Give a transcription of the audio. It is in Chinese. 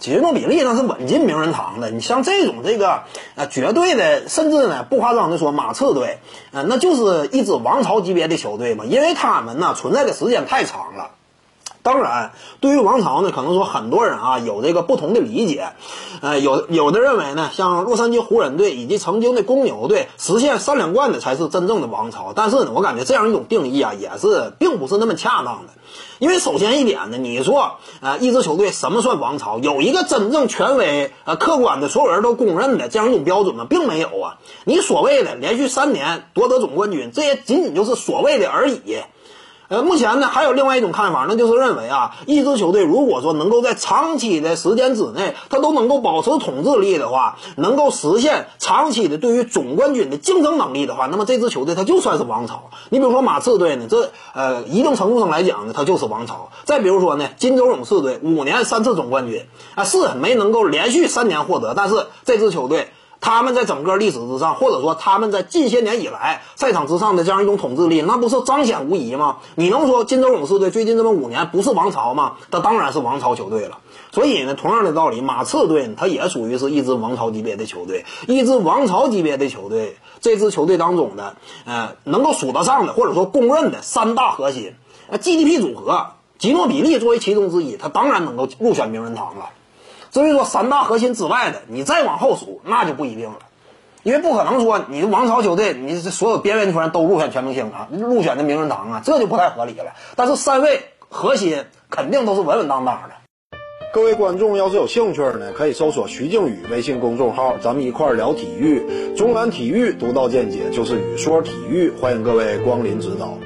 吉诺比利那是稳进名人堂的。你像这种绝对的，甚至呢不夸张的说，马刺队那就是一支王朝级别的球队嘛，因为他们呢存在的时间太长了。当然，对于王朝呢，可能说很多人啊有这个不同的理解，有的认为呢，像洛杉矶湖人队以及曾经的公牛队实现3连冠的才是真正的王朝。但是呢，我感觉这样一种定义啊，也是并不是那么恰当的。因为首先一点呢，你说一支球队什么算王朝？有一个真正权威、客观的所有人都公认的这样一种标准吗？并没有啊。你所谓的连续3年夺得总冠军，这也仅仅就是所谓的而已。目前呢，还有另外一种看法，那就是认为啊，一支球队如果说能够在长期的时间之内，它都能够保持统治力的话，能够实现长期的对于总冠军的竞争能力的话，那么这支球队它就算是王朝。你比如说马刺队呢，这一定程度上来讲呢，它就是王朝。再比如说呢，金州勇士队5年3次总冠军是没能够连续3年获得，但是这支球队他们在整个历史之上，或者说他们在近些年以来赛场之上的这样一种统治力，那不是彰显无疑吗？你能说金州勇士队最近这么5年不是王朝吗？它当然是王朝球队了。所以呢，同样的道理，马刺队它也属于是一支王朝级别的球队，一支王朝级别的球队。这支球队当中的能够数得上的，或者说公认的3大核心，GDP 组合，吉诺比利作为其中之一，他当然能够入选名人堂了。至于说3大核心之外的，你再往后数，那就不一定了，因为不可能说你的王朝球队，你所有边缘球员都入选全明星啊，入选的名人堂啊，这就不太合理了。但是3位核心肯定都是稳稳当当的。 各位观众要是有兴趣呢，可以搜索徐静宇微信公众号，咱们一块聊体育，中南体育独到见解就是语说体育，欢迎各位光临指导。